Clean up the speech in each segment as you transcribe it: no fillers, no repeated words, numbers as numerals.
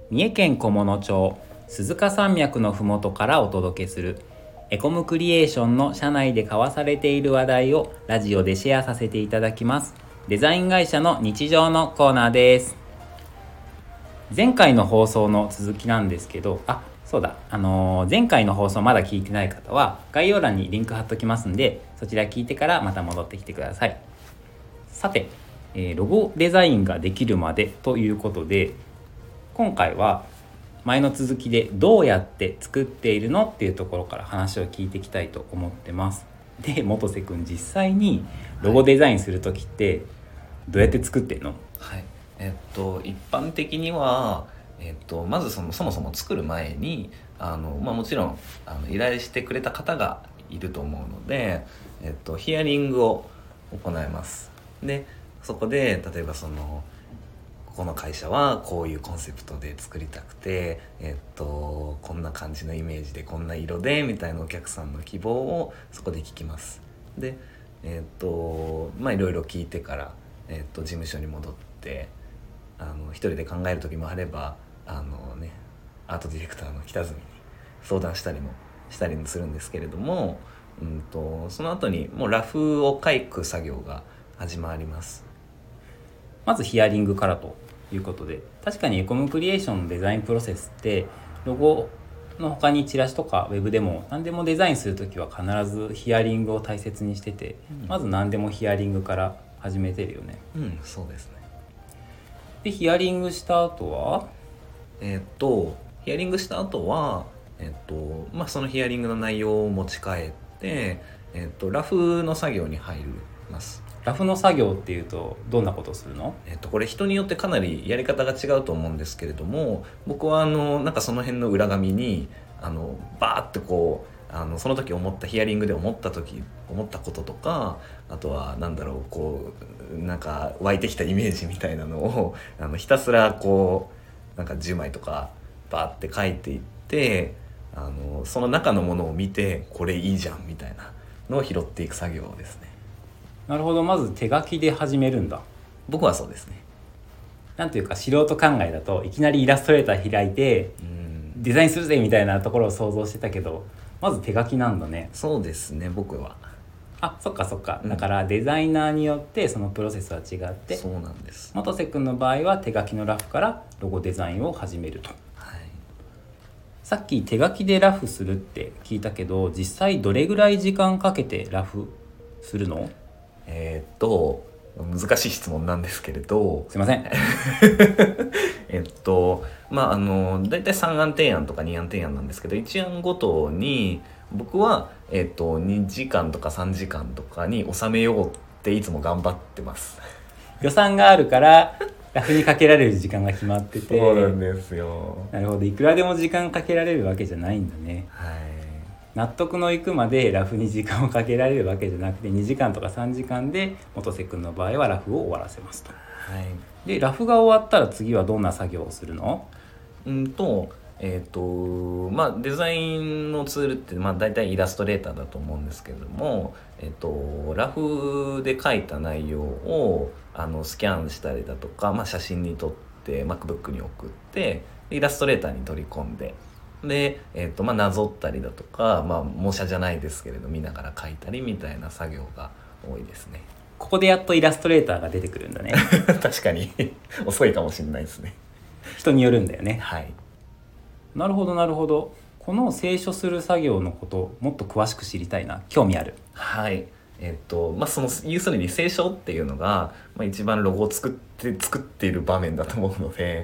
三重県菰野町鈴鹿山脈のふもとからお届けするエコムクリエーションの社内で交わされている話題をラジオでシェアさせていただきます。デザイン会社の日常のコーナーです。前回の放送の続きなんですけど、前回の放送まだ聞いてない方は概要欄にリンク貼っときますんで、そちら聞いてからまた戻ってきてください。さて、ロゴデザインができるまでということで、今回は前の続きでどうやって作っているのっていうところから話を聞いていきたいと思ってます。で、元瀬くん、実際にロゴデザインするときってどうやって作ってんの？ はい、一般的には、まずそもそも作る前にもちろん依頼してくれた方がいると思うので、ヒアリングを行います。で、そこで例えばこの会社はこういうコンセプトで作りたくて、こんな感じのイメージでこんな色でみたいなお客さんの希望をそこで聞きます。で、いろいろ聞いてから、事務所に戻って一人で考える時もあればアートディレクターの北住に相談したりもするんですけれども、その後にもうラフを書く作業が始まります。 まずヒアリングからということで、確かにエコムクリエーションのデザインプロセスってロゴの他にチラシとかウェブでも何でもデザインするときは必ずヒアリングを大切にしてて、まず何でもヒアリングから始めてるよね。 そうですね。 で、ヒアリングした後はヒアリングした後はそのヒアリングの内容を持ち帰って、ラフの作業に入ります。 ラフの作業っていうとどんなことをするの？ これ人によってかなりやり方が違うと思うんですけれども、僕はその辺の裏紙にバーってその時思ったヒアリングで思ったこととか、あとは湧いてきたイメージみたいなのをひたすら10枚とかバーって書いていって、その中のものを見てこれいいじゃんみたいなのを拾っていく作業ですね。 なるほど。まず手書きで始めるんだ。 僕はそうですね。 なんていうか、素人考えだといきなりイラストレーター開いてデザインするぜみたいなところを想像してたけど、まず手書きなんだね。 そうですね、僕は。 そっか、だからデザイナーによってそのプロセスは違って、 そうなんです。 元瀬くんの場合は手書きのラフからロゴデザインを始めると。 はい、 さっき手書きでラフするって聞いたけど、実際どれぐらい時間かけてラフするの？ 難しい質問なんですけれど、 すいませんだいたい3案提案とか2案提案なんですけど、1案ごとに僕は、2時間とか3時間とかに収めようっていつも頑張ってます。 予算があるからラフにかけられる時間が決まってて。 そうなんですよ。 なるほど。いくらでも時間かけられるわけじゃないんだね。 はい。 納得のいくまでラフに時間をかけられるわけじゃなくて、2時間とか3時間で元瀬くんの場合はラフを終わらせますと。 はい。 で、ラフが終わったら次はどんな作業をするの？ デザインのツールって大体イラストレーターだと思うんですけれども、ラフで書いた内容をスキャンしたりだとか、写真に撮って MacBook に送ってイラストレーターに取り込んで、で、なぞったりだとか、模写じゃないですけれど見ながら書いたりみたいな作業が多いですね。 ここでやっとイラストレーターが出てくるんだね。 確かに遅いかもしれないですね。 人によるんだよね。 はい。 なるほど。この清書する作業のこともっと詳しく知りたいな。興味ある。 はい。要するに清書っていうのが、一番ロゴを作っている場面だと思うので、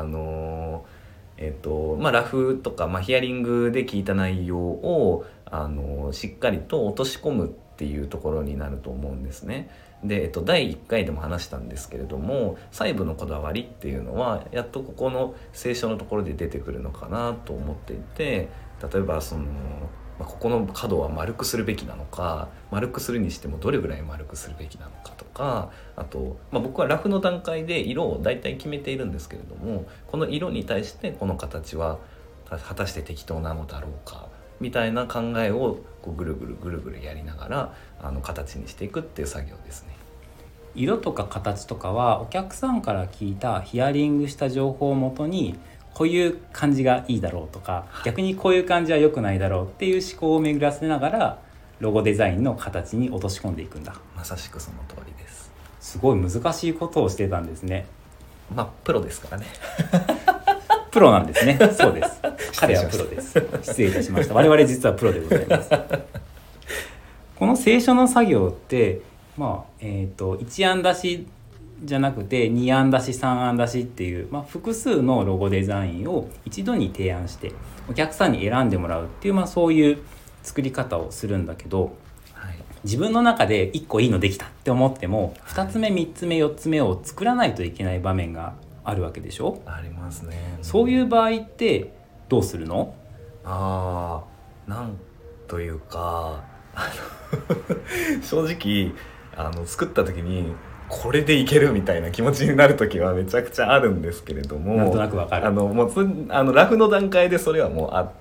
ラフとか、ヒアリングで聞いた内容をしっかりと落とし込むっていうところになると思うんですね。で、第1回でも話したんですけれども、細部のこだわりっていうのはやっとここの清書のところで出てくるのかなと思っていて、例えばここの角は丸くするべきなのか、丸くするにしてもどれぐらい丸くするべきなのかとか、あと、僕はラフの段階で色を大体決めているんですけれども、この色に対してこの形は果たして適当なのだろうかみたいな考えをぐるぐるやりながら形にしていくっていう作業ですね。 色とか形とかはお客さんから聞いたヒアリングした情報をもとにこういう感じがいいだろうとか、逆にこういう感じは良くないだろうっていう思考を巡らせながらロゴデザインの形に落とし込んでいくんだ。 まさしくその通りです。 すごい難しいことをしてたんですね。 プロですからね。 プロなんですね。そうです。彼はプロです。失礼いたしました。我々実はプロでございます。この清書の作業って1案出しじゃなくて2案出し3案出しっていう、複数のロゴデザインを一度に提案してお客さんに選んでもらうっていう、そういう作り方をするんだけど、 はい、 自分の中で1個いいのできたって思っても2つ目3つ目4つ目を作らないといけない場面があるわけでしょ。 ありますね。 そういう場合ってどうするの？ なんというか正直作った時にこれでいけるみたいな気持ちになる時はめちゃくちゃあるんですけれども、 なんとなくわかる。 ラフの段階でそれはもうあって、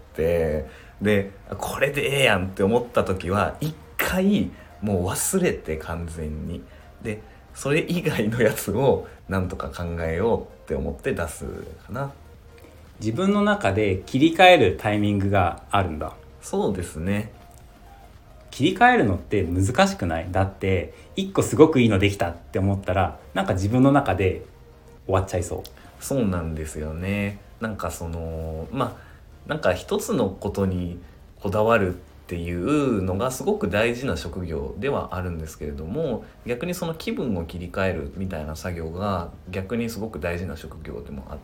でこれでええやんって思った時は一回もう忘れて完全に、でそれ以外のやつをなんとか考えようって思って出すかな。 自分の中で切り替えるタイミングがあるんだ。 そうですね。 切り替えるのって難しくない？だって一個すごくいいのできたって思ったらなんか自分の中で終わっちゃいそう。 そうなんですよね。なんか一つのことにこだわるっていうのがすごく大事な職業ではあるんですけれども、逆にその気分を切り替えるみたいな作業が逆にすごく大事な職業でもあって、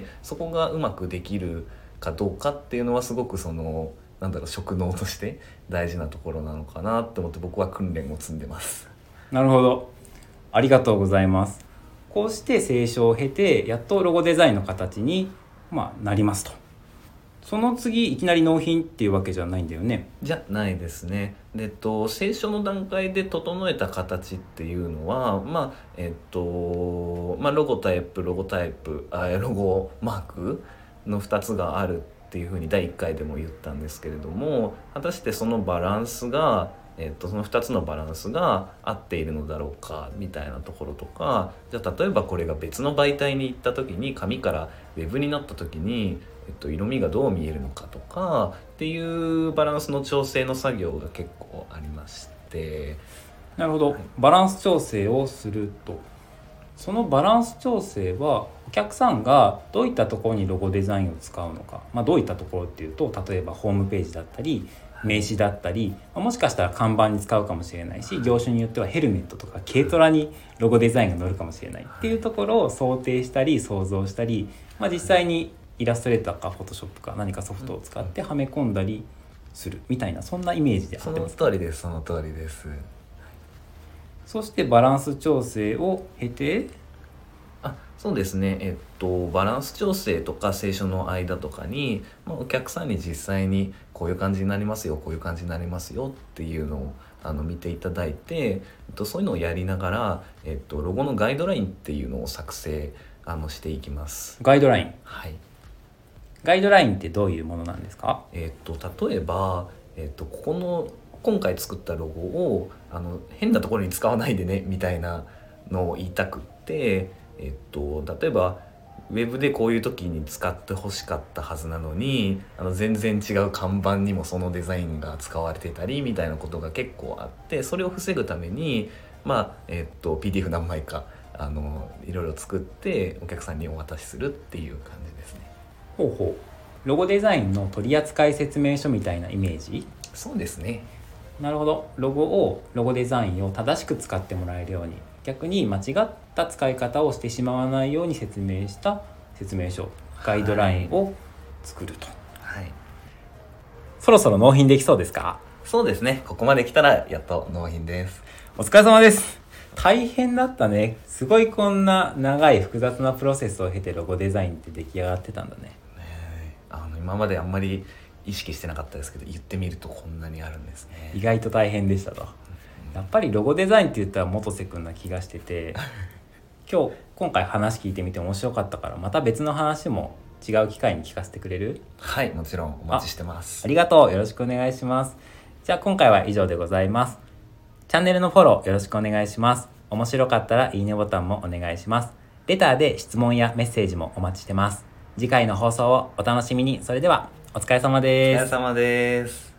そこがうまくできるかどうかっていうのはすごく職能として大事なところなのかなって思って僕は訓練を積んでます。 なるほど、ありがとうございます。こうして清書を経てやっとロゴデザインの形に、なりますと。その次いきなり納品っていうわけじゃないんだよね。 じゃないですね。清書の段階で整えた形っていうのはロゴタイプロゴマークの2つがあるっていうふうに第1回でも言ったんですけれども、果たしてそのバランスがその2つのバランスが合っているのだろうかみたいなところとか、じゃあ例えばこれが別の媒体に行った時に紙からウェブになった時に、色味がどう見えるのかとかっていうバランスの調整の作業が結構ありまして。 なるほど、バランス調整をすると。そのバランス調整はお客さんがどういったところにロゴデザインを使うのか、どういったところっていうと、例えばホームページだったり名刺だったり、もしかしたら看板に使うかもしれないし、業種によってはヘルメットとか軽トラにロゴデザインが載るかもしれないっていうところを想定したり想像したり、実際にイラストレーターかフォトショップか何かソフトを使ってはめ込んだりするみたいな、そんなイメージで合ってますか？ その通りです。その通りです。 そしてバランス調整を経て、 そうですね。バランス調整とか清書の間とかに、お客さんに実際にこういう感じになりますよ、こういう感じになりますよっていうのを見ていただいて、そういうのをやりながら、ロゴのガイドラインっていうのを作成していきます。 ガイドライン。 はい。 ガイドラインってどういうものなんですか？ 例えば、今回作ったロゴを変なところに使わないでねみたいなのを言いたくって、例えばウェブでこういう時に使ってほしかったはずなのに全然違う看板にもそのデザインが使われてたりみたいなことが結構あって、それを防ぐためにPDF 何枚かいろいろ作ってお客さんにお渡しするっていう感じですね。 ほうほう。ロゴデザインの取扱説明書みたいなイメージ？ そうですね。 なるほど。ロゴデザインを正しく使ってもらえるように、逆に間違った使い方をしてしまわないように説明した説明書、ガイドラインを作ると。 はい。 そろそろ納品できそうですか？ そうですね。ここまで来たらやっと納品です。 お疲れ様です。大変だったね。すごいこんな長い複雑なプロセスを経てロゴデザインって出来上がってたんだね。 今まであんまり意識してなかったですけど、言ってみるとこんなにあるんですね。 意外と大変でしたと。やっぱりロゴデザインって言ったら元瀬くんな気がしてて今回話聞いてみて面白かったから、また別の話も違う機会に聞かせてくれる？ はい、もちろんお待ちしてます。 ありがとう。よろしくお願いします。じゃあ今回は以上でございます。チャンネルのフォローよろしくお願いします。面白かったらいいねボタンもお願いします。レターで質問やメッセージもお待ちしてます。 次回の放送をお楽しみに。それではお疲れ様お疲です。 れ様です。